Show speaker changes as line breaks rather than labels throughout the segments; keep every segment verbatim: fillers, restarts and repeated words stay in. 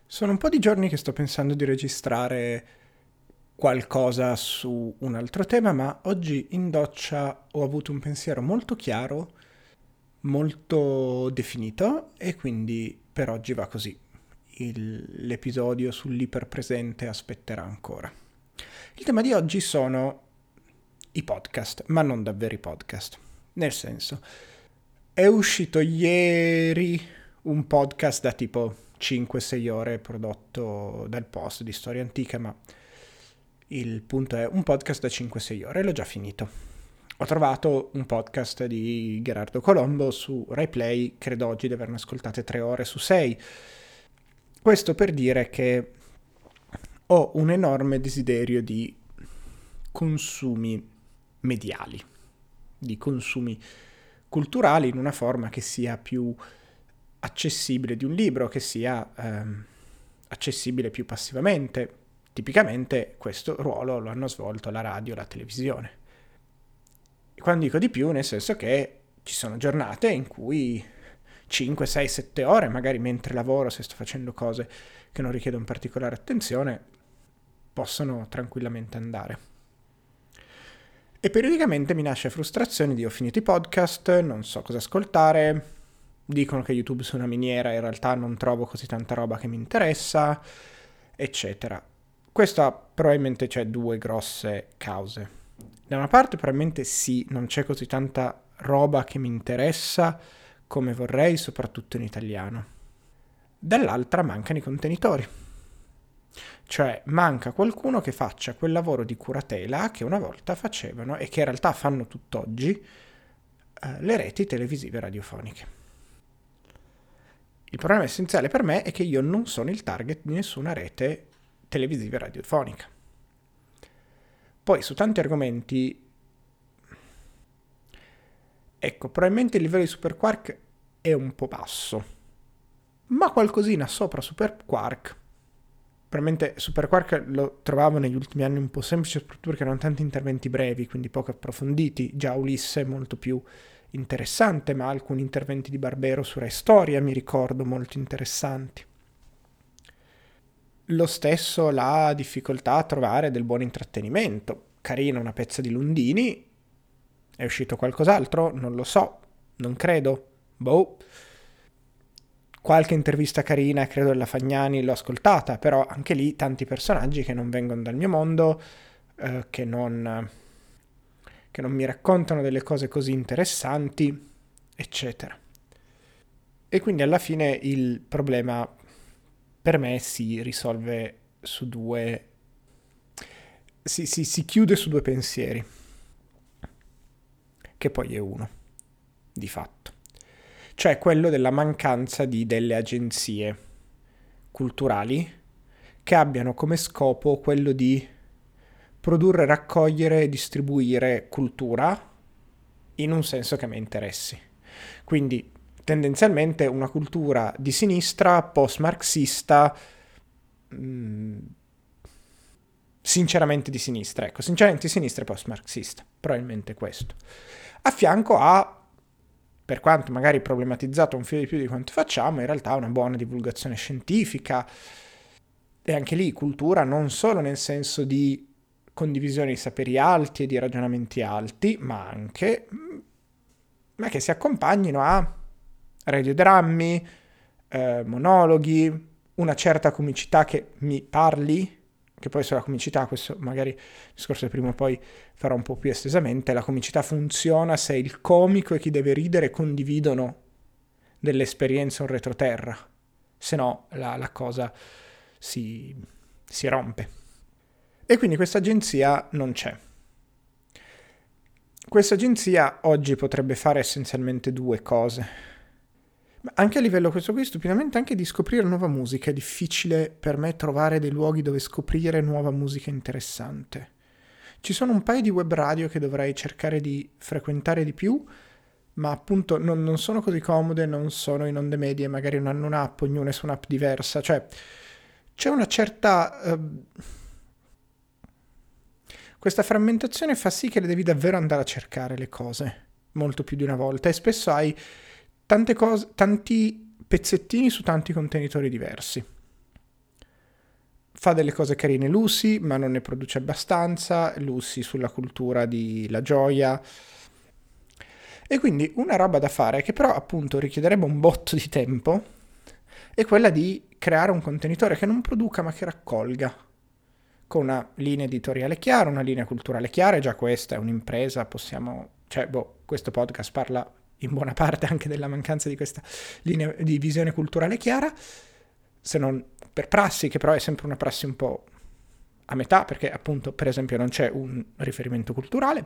Sono un po' di giorni che sto pensando di registrare qualcosa su un altro tema, ma oggi in doccia ho avuto un pensiero molto chiaro, molto definito e quindi per oggi va così. Il- l'episodio sull'iperpresente aspetterà ancora. Il tema di oggi sono i podcast, ma non davvero i podcast. Nel senso, è uscito ieri un podcast da tipo cinque sei ore prodotto dal Post di Storia Antica, ma il punto è un podcast da cinque sei ore, l'ho già finito. Ho trovato un podcast di Gerardo Colombo su RaiPlay, credo oggi di averne ascoltate tre ore su sei. Questo per dire che ho un enorme desiderio di consumi mediali, di consumi culturali in una forma che sia più accessibile di un libro, che sia ehm, accessibile più passivamente. Tipicamente questo ruolo lo hanno svolto la radio e la televisione. E quando dico di più, nel senso che ci sono giornate in cui cinque, sei, sette ore, magari mentre lavoro, se sto facendo cose che non richiedono particolare attenzione, possono tranquillamente andare. E periodicamente mi nasce frustrazione di ho finito i podcast, non so cosa ascoltare, dicono che YouTube sia una miniera, in realtà non trovo così tanta roba che mi interessa, eccetera. Questa probabilmente c'è due grosse cause. Da una parte probabilmente sì, non c'è così tanta roba che mi interessa come vorrei, soprattutto in italiano. Dall'altra mancano i contenitori. Cioè manca qualcuno che faccia quel lavoro di curatela che una volta facevano e che in realtà fanno tutt'oggi eh, le reti televisive e radiofoniche. Il problema essenziale per me è che io non sono il target di nessuna rete televisiva e radiofonica. Poi su tanti argomenti, ecco, probabilmente il livello di Super Quark è un po' basso, ma qualcosina sopra Super Quark. Probabilmente Super Quark lo trovavo negli ultimi anni un po' semplice, soprattutto perché erano tanti interventi brevi, quindi poco approfonditi. Già Ulisse è molto più interessante, ma alcuni interventi di Barbero su Rai Storia mi ricordo molto interessanti. Lo stesso la difficoltà a trovare del buon intrattenimento. Carina una pezza di Lundini, è uscito qualcos'altro? Non lo so, non credo. Boh. Qualche intervista carina, credo della Fagnani, l'ho ascoltata, però anche lì tanti personaggi che non vengono dal mio mondo, eh, che non... che non mi raccontano delle cose così interessanti, eccetera. E quindi alla fine il problema per me si risolve su due... si, si, si chiude su due pensieri, che poi è uno, di fatto. Cioè quello della mancanza di delle agenzie culturali che abbiano come scopo quello di produrre, raccogliere e distribuire cultura in un senso che mi interessi. Quindi tendenzialmente una cultura di sinistra, post-marxista, mh, sinceramente di sinistra, ecco, sinceramente di sinistra e post-marxista, probabilmente questo. A fianco a, per quanto magari problematizzato un filo di più di quanto facciamo, in realtà una buona divulgazione scientifica e anche lì cultura non solo nel senso di condivisione di saperi alti e di ragionamenti alti, ma anche ma che si accompagnino a radiodrammi, eh, monologhi, una certa comicità che mi parli, che poi sulla comicità, questo magari il discorso che prima o poi farò un po' più estesamente, la comicità funziona se il comico e chi deve ridere condividono delle esperienze in retroterra, se no la, la cosa si, si rompe. E quindi questa agenzia non c'è. Questa agenzia oggi potrebbe fare essenzialmente due cose. Ma anche a livello, questo qui stupidamente, anche di scoprire nuova musica. È difficile per me trovare dei luoghi dove scoprire nuova musica interessante. Ci sono un paio di web radio che dovrei cercare di frequentare di più, ma appunto non, non sono così comode, non sono in onde medie, magari non hanno un'app, ognuna è su un'app diversa. Cioè, c'è una certa... Uh, questa frammentazione fa sì che le devi davvero andare a cercare le cose, molto più di una volta, e spesso hai tante cose, tanti pezzettini su tanti contenitori diversi. fa delle cose carine Lucy, ma non ne produce abbastanza, Lucy sulla cultura di La Gioia. E quindi una roba da fare che però appunto richiederebbe un botto di tempo è quella di creare un contenitore che non produca ma che raccolga, con una linea editoriale chiara, una linea culturale chiara, e già questa è un'impresa, possiamo, cioè, boh, questo podcast parla in buona parte anche della mancanza di questa linea di visione culturale chiara, se non per prassi, che però è sempre una prassi un po' a metà, perché appunto, per esempio, non c'è un riferimento culturale,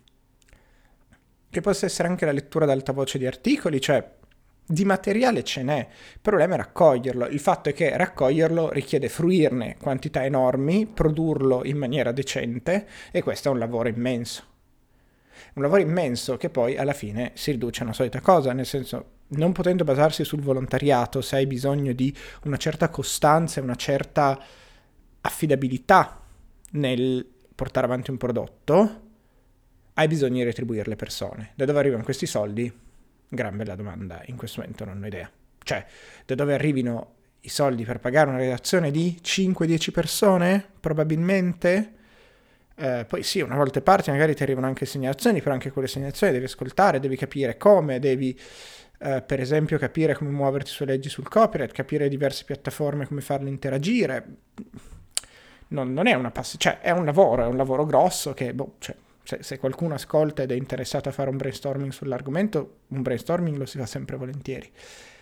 che possa essere anche la lettura ad alta voce di articoli, cioè di materiale ce n'è, il problema è raccoglierlo. Il fatto è che raccoglierlo richiede fruirne quantità enormi, produrlo in maniera decente, e questo è un lavoro immenso. Un lavoro immenso che poi alla fine si riduce a una solita cosa, nel senso, non potendo basarsi sul volontariato, se hai bisogno di una certa costanza e una certa affidabilità nel portare avanti un prodotto, hai bisogno di retribuire le persone. Da dove arrivano questi soldi? Gran bella domanda, in questo momento non ho idea. Cioè, da dove arrivino i soldi per pagare una redazione di cinque dieci persone? Probabilmente. Eh, poi sì, una volta parti magari ti arrivano anche segnalazioni, però anche quelle segnalazioni devi ascoltare, devi capire come, devi eh, per esempio capire come muoverti sulle leggi sul copyright, capire diverse piattaforme, come farle interagire. Non, non è una pass- cioè è un lavoro, è un lavoro grosso che, boh, cioè, se, se qualcuno ascolta ed è interessato a fare un brainstorming sull'argomento, un brainstorming lo si fa sempre volentieri.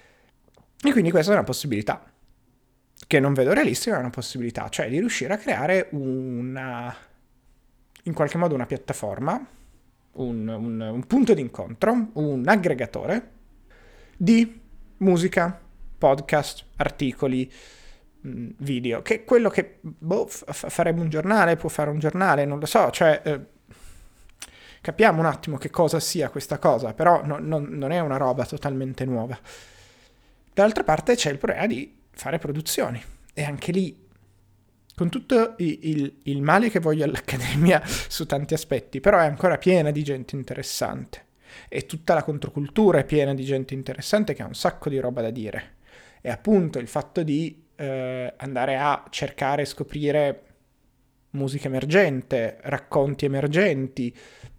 E quindi questa è una possibilità, che non vedo realistica, ma è una possibilità, cioè di riuscire a creare una, in qualche modo una piattaforma, un, un, un punto di incontro, un aggregatore di musica, podcast, articoli, video, che è quello che boh, f- farebbe un giornale, può fare un giornale, non lo so, cioè eh, capiamo un attimo che cosa sia questa cosa, però no, non, non è una roba totalmente nuova. Dall'altra parte c'è il problema di fare produzioni, e anche lì, con tutto il, il, il male che voglio all'Accademia su tanti aspetti, però è ancora piena di gente interessante, e tutta la controcultura è piena di gente interessante che ha un sacco di roba da dire, e appunto il fatto di eh, andare a cercare e scoprire musica emergente, racconti emergenti,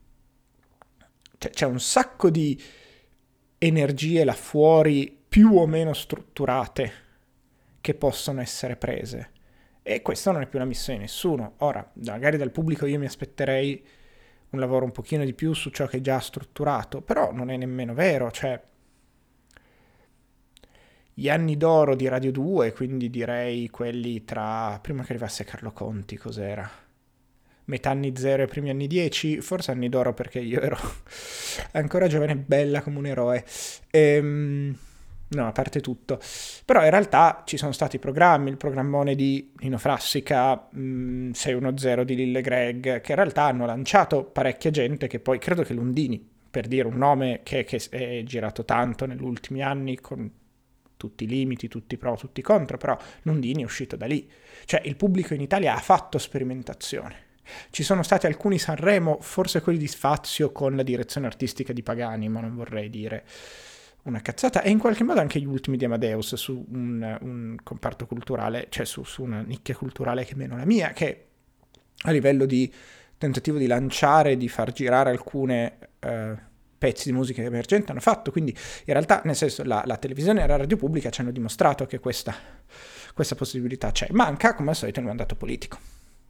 cioè, c'è un sacco di energie là fuori più o meno strutturate che possono essere prese, e questa non è più la missione di nessuno. Ora, magari dal pubblico io mi aspetterei un lavoro un pochino di più su ciò che è già strutturato, però non è nemmeno vero, cioè gli anni d'oro di Radio due, quindi direi quelli tra prima che arrivasse Carlo Conti, cos'era? Metà anni zero e primi anni dieci, forse anni d'oro perché io ero ancora giovane e bella come un eroe. Ehm, no, a parte tutto. Però in realtà ci sono stati programmi, il programmone di Nino Frassica, mh, sei uno zero di Lille Greg, che in realtà hanno lanciato parecchia gente, che poi credo che Lundini, per dire un nome che, che è girato tanto negli ultimi anni, con tutti i limiti, tutti i pro, tutti i contro, però Lundini è uscito da lì. Cioè il pubblico in Italia ha fatto sperimentazione. Ci sono stati alcuni Sanremo, forse quelli di Sfazio con la direzione artistica di Pagani, ma non vorrei dire una cazzata, e in qualche modo anche gli ultimi di Amadeus su un, un comparto culturale, cioè su, su una nicchia culturale che è meno la mia, che a livello di tentativo di lanciare, di far girare alcune eh, pezzi di musica emergente hanno fatto, quindi in realtà, nel senso, la, la televisione e la radio pubblica ci hanno dimostrato che questa, questa possibilità c'è. Manca, come al solito, il mandato politico.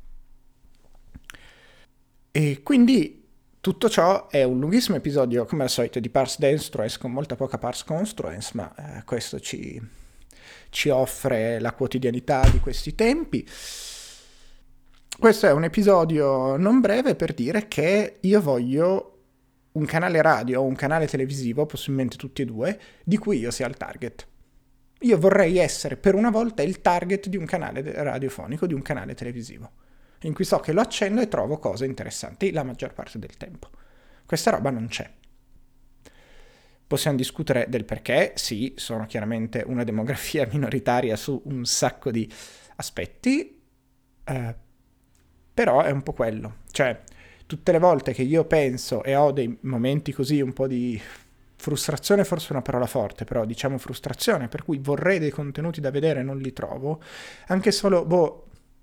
E quindi tutto ciò è un lunghissimo episodio, come al solito, di Parse Destruens con molta poca Parse Construens, ma eh, questo ci, ci offre la quotidianità di questi tempi. Questo è un episodio non breve per dire che io voglio un canale radio o un canale televisivo, possibilmente tutti e due, di cui io sia il target. Io vorrei essere per una volta il target di un canale radiofonico, di un canale televisivo, in cui so che lo accendo e trovo cose interessanti la maggior parte del tempo. Questa roba non c'è. Possiamo discutere del perché, sì, sono chiaramente una demografia minoritaria su un sacco di aspetti, eh, però è un po' quello. Cioè, tutte le volte che io penso e ho dei momenti così un po' di frustrazione, forse è una parola forte, però diciamo frustrazione, per cui vorrei dei contenuti da vedere e non li trovo, anche solo, boh,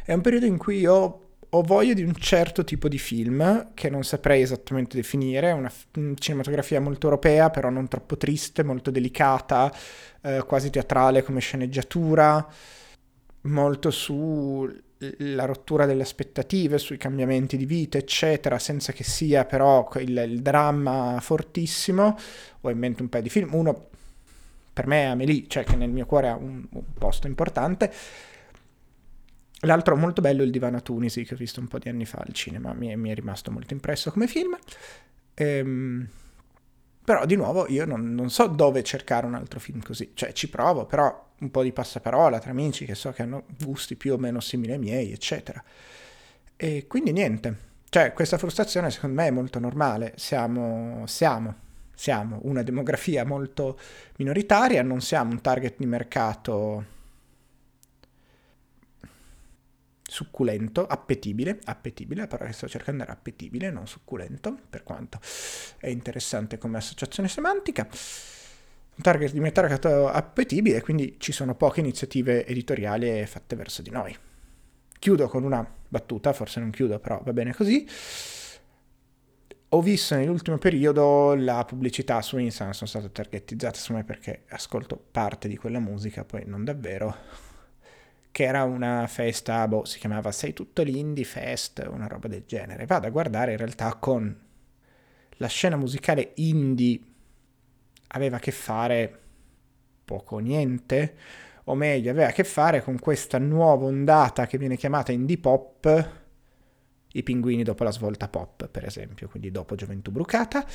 È un periodo in cui ho, ho voglia di un certo tipo di film, che non saprei esattamente definire, una f- cinematografia molto europea, però non troppo triste, molto delicata, eh, quasi teatrale come sceneggiatura, molto sulla rottura delle aspettative, sui cambiamenti di vita, eccetera, senza che sia però il, il dramma fortissimo. Ho in mente un paio di film, uno per me è Amélie, cioè che nel mio cuore ha un, un posto importante. L'altro molto bello è il Divano a Tunisi, che ho visto un po' di anni fa al cinema, mi è, mi è rimasto molto impresso come film. Ehm, però di nuovo io non, non so dove cercare un altro film così, cioè ci provo, però un po' di passaparola tra amici che so che hanno gusti più o meno simili ai miei, eccetera. E quindi niente, cioè questa frustrazione secondo me è molto normale, siamo, siamo, siamo una demografia molto minoritaria, non siamo un target di mercato succulento, appetibile, appetibile, la parola che sto cercando era appetibile, non succulento, per quanto è interessante come associazione semantica. Un target di mercato appetibile, quindi ci sono poche iniziative editoriali fatte verso di noi. Chiudo con una battuta, forse non chiudo, però va bene così. Ho visto nell'ultimo periodo la pubblicità su Instagram, sono stato targetizzata su me perché ascolto parte di quella musica, poi non davvero, che era una festa, boh, si chiamava Sei tutto l'Indie Fest, una roba del genere. Vado a guardare, in realtà con la scena musicale indie aveva a che fare poco o niente, o meglio, aveva a che fare con questa nuova ondata che viene chiamata indie pop, i Pinguini dopo la svolta pop, per esempio, quindi dopo Gioventù Brucata,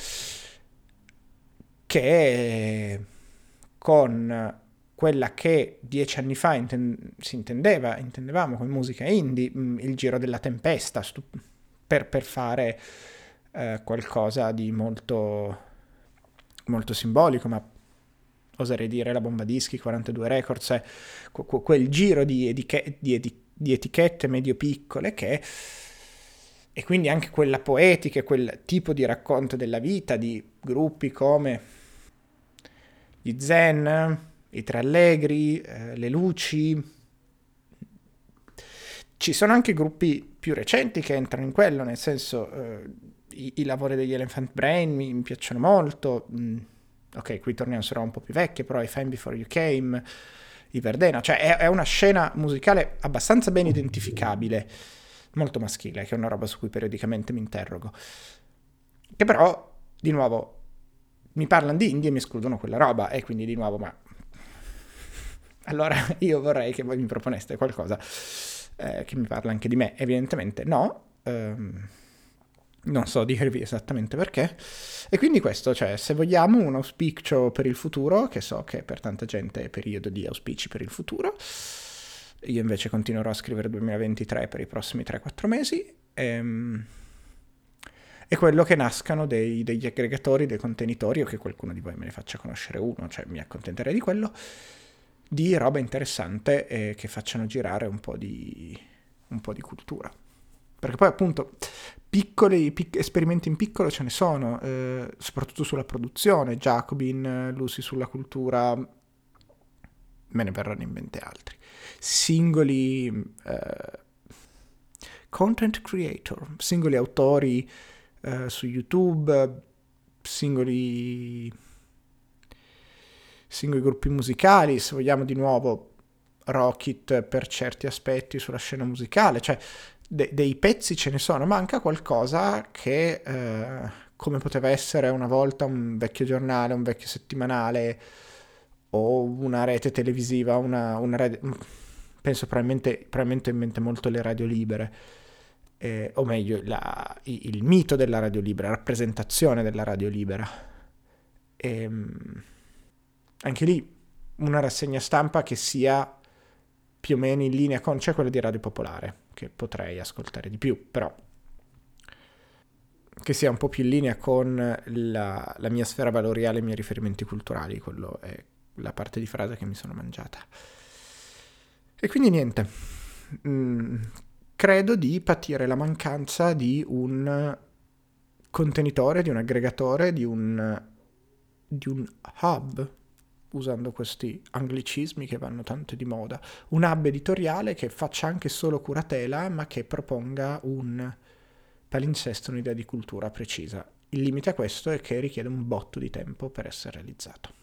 che con quella che dieci anni fa inten- si intendeva, intendevamo come musica indie, mh, il Giro della Tempesta, stu- per, per fare eh, qualcosa di molto, molto simbolico, ma oserei dire la bomba dischi, quarantadue Records, è que- quel giro di, ediche- di, edi- di etichette medio-piccole che... E quindi anche quella poetica, quel tipo di racconto della vita di gruppi come gli Zen, i Tre Allegri, eh, le Luci. Ci sono anche gruppi più recenti che entrano in quello, nel senso eh, i, i lavori degli Elephant Brain mi, mi piacciono molto. Mm, ok, qui torniamo su roba un po' più vecchie, però i Fame Before You Came, i Verdena, cioè è, è una scena musicale abbastanza ben identificabile, molto maschile, che è una roba su cui periodicamente mi interrogo. Che però, di nuovo, mi parlano di indie e mi escludono quella roba, e quindi di nuovo, ma... Allora io vorrei che voi mi proponeste qualcosa eh, che mi parla anche di me. Evidentemente no, ehm, non so dirvi esattamente perché. E quindi questo, cioè, se vogliamo un auspicio per il futuro, che so che per tanta gente è periodo di auspici per il futuro, io invece continuerò a scrivere duemilaventitré per i prossimi tre quattro mesi, ehm, è quello che nascano dei, degli aggregatori, dei contenitori, o che qualcuno di voi me ne faccia conoscere uno, cioè mi accontenterei di quello, di roba interessante e che facciano girare un po' di, un po' di cultura. Perché poi appunto piccoli pic- esperimenti in piccolo ce ne sono, eh, soprattutto sulla produzione, Jacobin, Lucy sulla cultura, me ne verranno in mente altri. Singoli eh, content creator, singoli autori eh, su YouTube, singoli singoli gruppi musicali, se vogliamo di nuovo Rockit per certi aspetti sulla scena musicale, cioè de- dei pezzi ce ne sono, manca qualcosa che eh, come poteva essere una volta un vecchio giornale, un vecchio settimanale o una rete televisiva, una, una rete, penso probabilmente, probabilmente in mente molto le radio libere, eh, o meglio la, il, il mito della radio libera, la rappresentazione della radio libera. E, anche lì una rassegna stampa che sia più o meno in linea con, c'è quella di Radio Popolare, che potrei ascoltare di più, però che sia un po' più in linea con la, la mia sfera valoriale e i miei riferimenti culturali, quello è la parte di frase che mi sono mangiata. E quindi niente, mm, credo di patire la mancanza di un contenitore, di un aggregatore, di un, di un hub, usando questi anglicismi che vanno tanto di moda, un hub editoriale che faccia anche solo curatela, ma che proponga un palinsesto, un'idea di cultura precisa. Il limite a questo è che richiede un botto di tempo per essere realizzato.